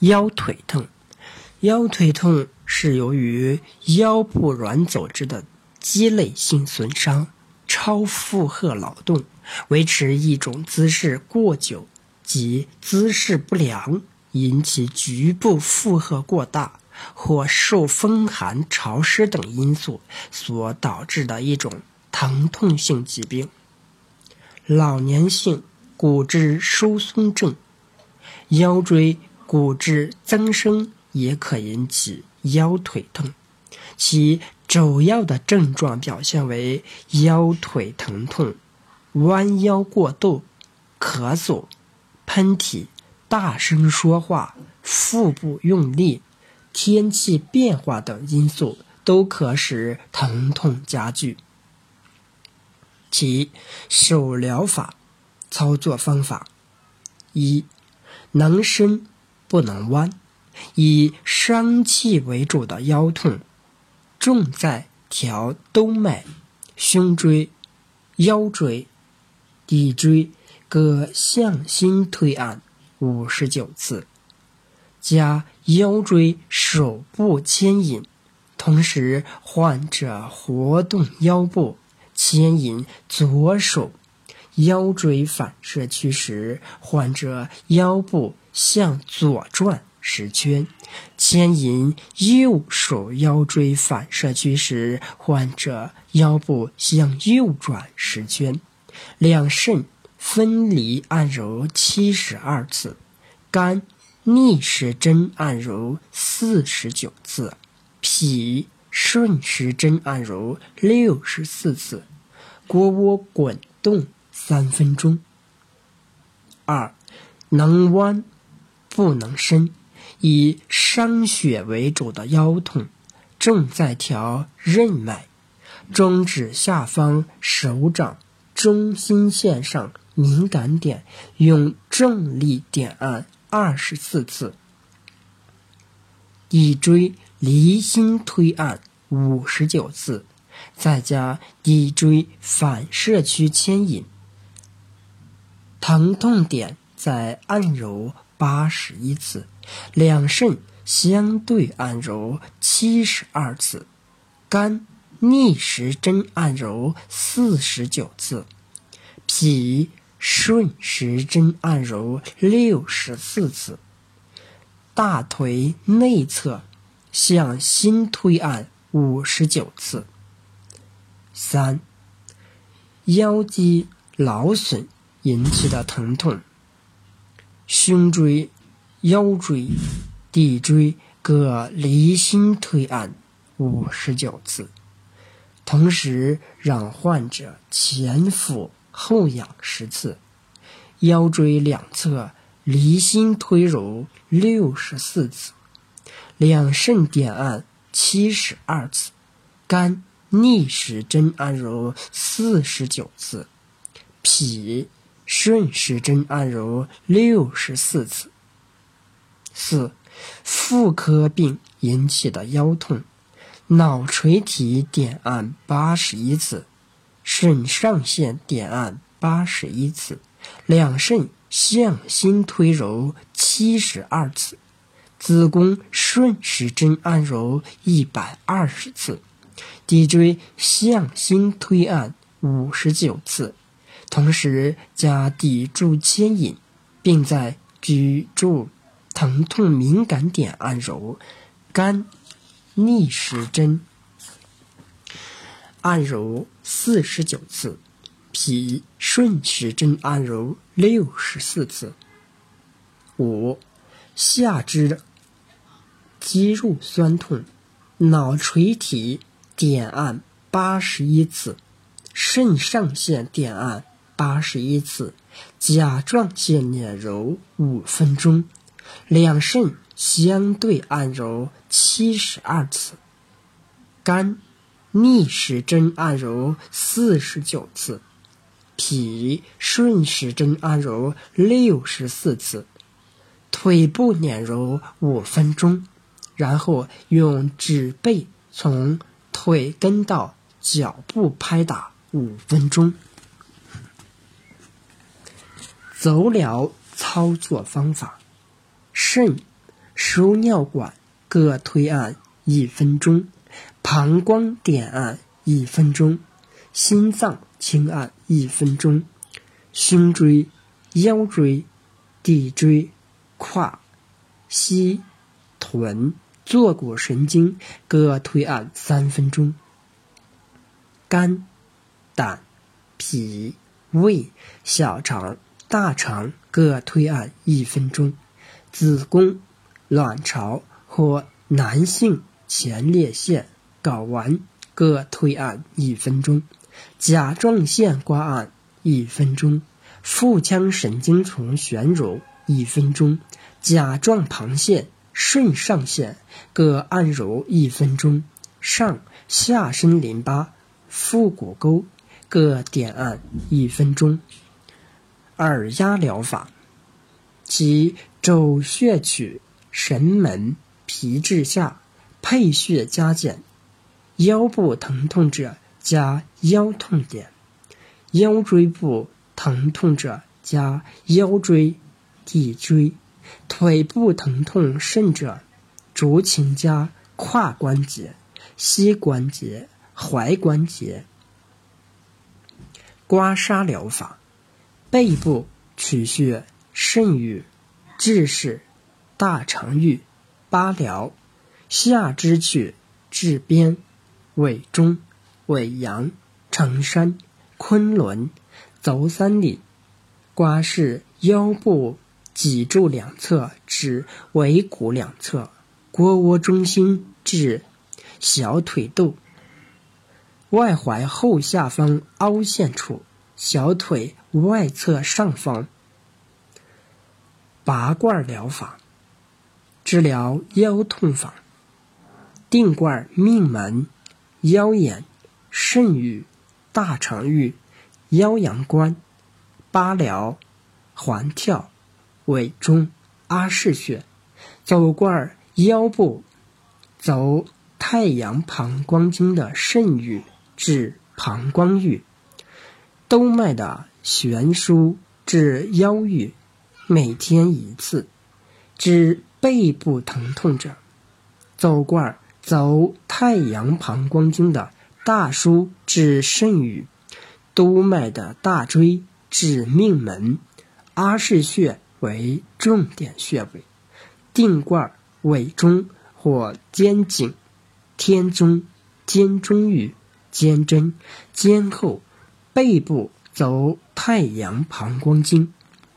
腰腿痛。腰腿痛是由于腰部软组织的肌累性损伤、超负荷劳动、维持一种姿势过久及姿势不良，引起局部负荷过大或受风寒潮湿等因素所导致的一种疼痛性疾病。老年性骨质疏松症，腰椎骨质增生也可引起腰腿痛，其主要的症状表现为腰腿疼痛、弯腰过度、咳嗽、喷嚏、大声说话、腹部用力、天气变化等因素都可使疼痛加剧。其手疗法操作方法：一、能伸不能弯。以伤气为主的腰痛，重在调督脉、胸椎、腰椎、骶椎各向心推按59次，加腰椎手部牵引，同时患者活动腰部，牵引左手腰椎反射区时，患者腰部向左转10圈，牵引右手腰椎反射区时，患者腰部向右转10圈。两肾分离按揉72次，肝逆时针按揉49次，脾顺时针按揉64次，腘窝滚动3分钟。2、能弯不能伸。以伤血为主的腰痛，重在调任脉，中指下方手掌中心线上敏感点用重力点按24次，骶椎离心推按59次，再加骶椎反射区牵引，疼痛点在按揉81次，两肾相对按揉72次，肝逆时针按揉49次，脾顺时针按揉64次，大腿内侧向心推按59次。3、腰肌劳损引起的疼痛，胸椎、腰椎、骶椎各离心推按59次，同时让患者前俯后仰10次，腰椎两侧离心推揉64次，两肾点按72次，肝逆时针按揉49次，脾顺时针按揉64次。4、妇科病引起的腰痛，脑垂体点按81次，肾上腺点按81次，两肾向心推揉72次，子宫顺时针按揉120次，骶椎向心推按59次，同时加骶柱牵引，并在脊柱疼痛敏感点按揉。肝逆时针按揉49次，脾顺时针按揉64次。5、下肢肌肉酸痛，脑垂体点按81次，肾上腺点按81次，甲状腺捻揉5分钟，两肾相对按揉72次，肝逆时针按揉49次，脾顺时针按揉64次，腿部捻揉5分钟，然后用指背从腿根到脚部拍打5分钟。走疗操作方法：肾输尿管各推按1分钟，膀胱点按1分钟，心脏轻按1分钟，胸椎、腰椎、骶椎、胯、膝、臀、坐骨神经各推按3分钟。肝、胆、脾、胃、小肠、大肠各推按1分钟，子宫、卵巢或男性前列腺、睾丸各推按1分钟，甲状腺刮按1分钟，腹腔神经丛旋揉1分钟，甲状旁腺、肾上腺各按揉1分钟，上下身淋巴、腹股沟各点按1分钟。耳压疗法，其肘穴取神门、皮质下配穴加减，腰部疼痛者加腰痛点，腰椎部疼痛者加腰椎、骶椎，腿部疼痛甚者酌情加胯关节、膝关节、踝关节。刮痧疗法，背部取穴肾俞、志室、大肠俞、八髎，下肢取至边、尾中、尾阳、承山、昆仑、足三里，刮拭腰部脊柱两侧至尾骨两侧，腘窝中心至小腿肚，外踝后下方凹陷处，小腿外侧上方。拔罐疗法，治疗腰痛法，定罐命门、腰眼、肾俞、大肠俞、腰阳关、八髎、环跳、尾中、阿是穴，走罐腰部，走太阳膀胱经的肾俞至膀胱俞，督脉的悬输至腰俞，每天1次。治背部疼痛者，走罐走太阳膀胱经的大输至肾俞，督脉的大椎至命门，阿是穴为重点穴位，定罐尾中或肩颈、天中、肩中俞、肩胗、肩后，背部走太阳膀胱经。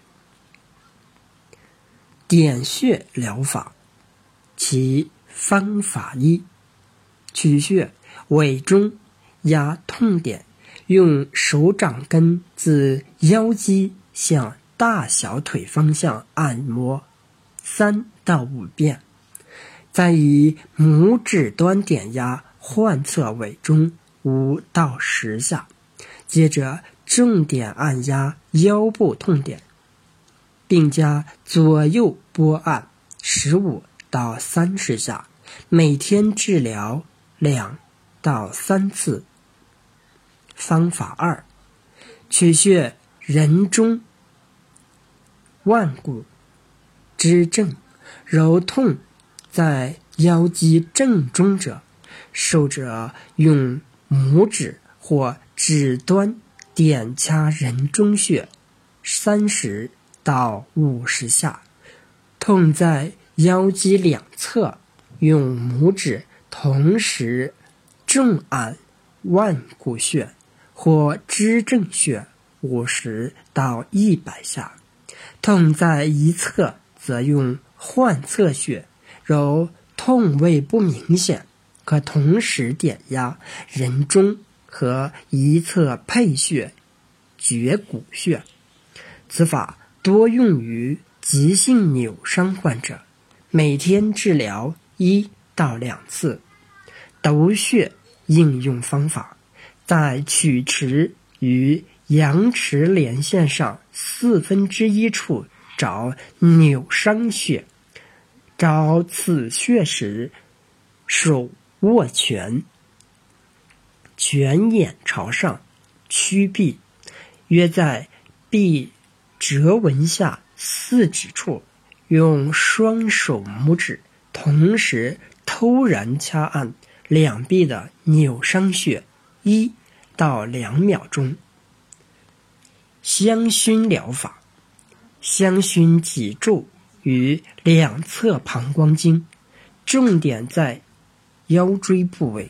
点穴疗法，其方法一，取穴尾中，压痛点，用手掌根自腰肌向大小腿方向按摩3到5遍，再以拇指端点压患侧尾中5到10下，接着重点按压腰部痛点，并加左右拨按15到30下，每天治疗2到3次。方法二，取穴人中、腕骨、支正，揉痛在腰肌正中者，受者用拇指或指端点掐人中穴30到50下，痛在腰肌两侧，用拇指同时重按腕骨穴或支正穴50到100下，痛在一侧则用患侧穴，揉痛位不明显，可同时点压人中和一侧配穴绝骨穴。此法多用于急性扭伤患者，每天治疗1到2次。斗穴应用方法，在曲池与阳池连线上1/4处找扭伤穴，找此穴时，手握拳，拳眼朝上，屈臂，约在臂折纹下4指处， 用双手拇指同时突然掐按两臂的扭伤穴1到2秒钟。香薰疗法，香薰脊柱与两侧膀胱经，重点在腰椎部位。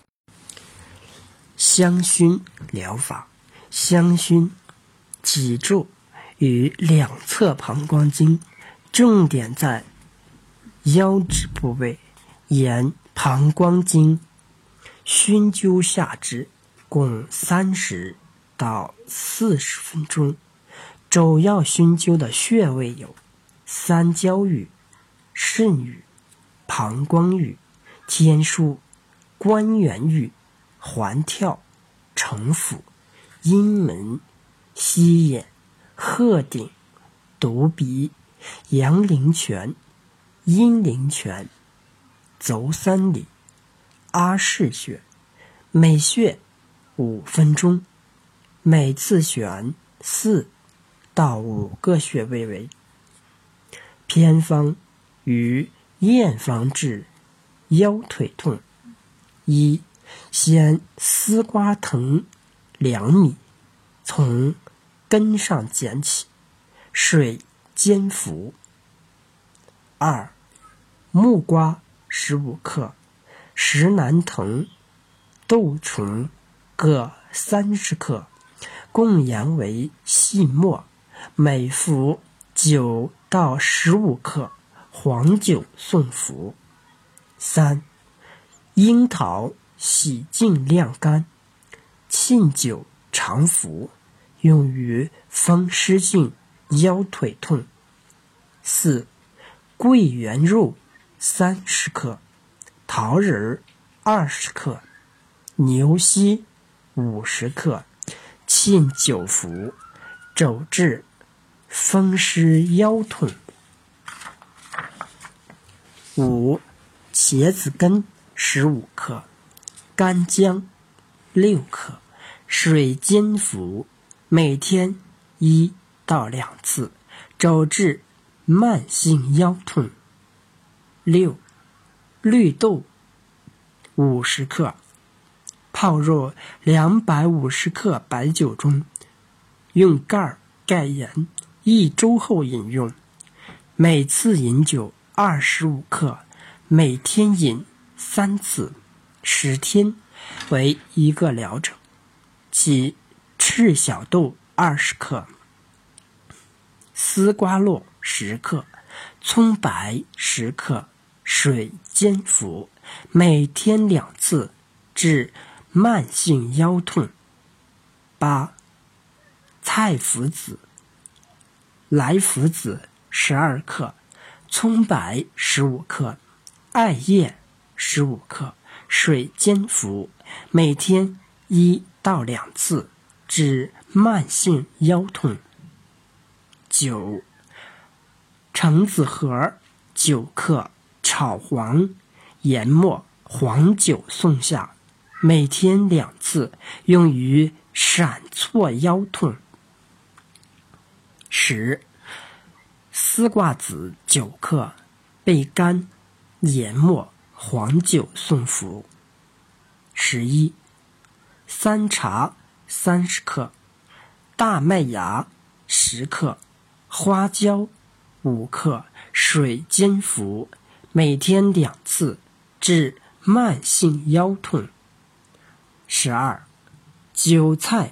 香薰疗法，香薰脊柱与两侧膀胱经，重点在腰肢部位，沿膀胱经熏灸下肢，共30到40分钟。主要熏灸的穴位有三焦俞、肾俞、膀胱俞、天枢、关元俞、环跳、承府、阴门、溪眼、鹤顶、犊鼻、阳陵泉、阴陵泉、足三里、阿是穴，每穴5分钟，每次选4到5个穴位为。偏方与验方治腰腿痛。1. 先丝瓜藤2米，从根上捡起，水煎服。2. 木瓜15克，石南藤、豆虫各30克，共研为细末，每服9到15克，黄酒送服。3. 樱桃洗净晾干，沁酒常服，用于风湿性腰腿痛。4. 桂圆肉30克，桃仁20克，牛膝50克，沁酒服，主治风湿腰痛。5. 茄子根15克，干姜6克，水煎服，每天1到2次，主治慢性腰痛。6. 绿豆50克，泡入250克白酒中，用盖盖盐，1周后饮用，每次饮酒25克，每天饮3次，10天为1个疗程。其赤小豆20克，丝瓜络10克，葱白10克，水煎服，每天2次，治慢性腰痛。8. 菜脯子、莱菔子12克，葱白15克，艾叶15克，水煎服，每天1到2次，治慢性腰痛。9. 橙子核9克，炒黄，研末，黄酒送下，每天2次，用于闪挫腰痛。10. 丝瓜子9克，焙干，研末，黄酒送服。11. 山茶30克，大麦芽10克，花椒5克，水煎服，每天2次，治慢性腰痛。12. 韭菜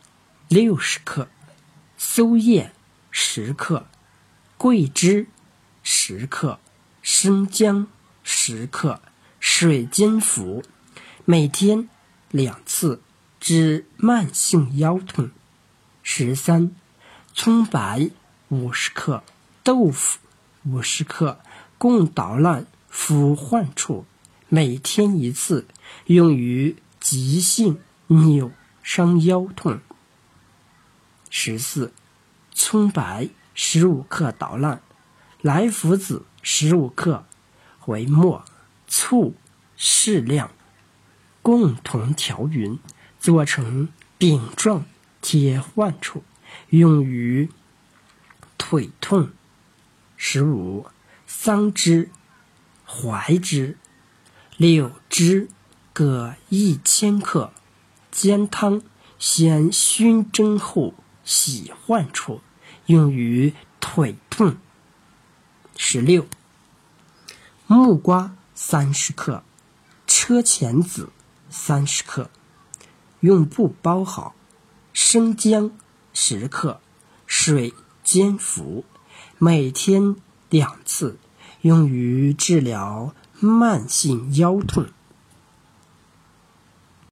60克，松叶10克，桂枝10克，生姜10克，水煎服，每天2次，治慢性腰痛。13. 葱白50克，豆腐50克，共捣烂敷患处，每天1次，用于急性扭伤腰痛。14. 葱白15克捣烂，莱菔子15克为末，醋适量，共同调匀，做成饼状贴患处，用于腿痛、 15. 桑枝、槐枝、柳枝各1000克，煎汤，先熏蒸后洗换出，用于腿痛。16. 木瓜30克，车前子30克，用布包好，生姜10克，水煎服，每天2次，用于治疗慢性腰痛。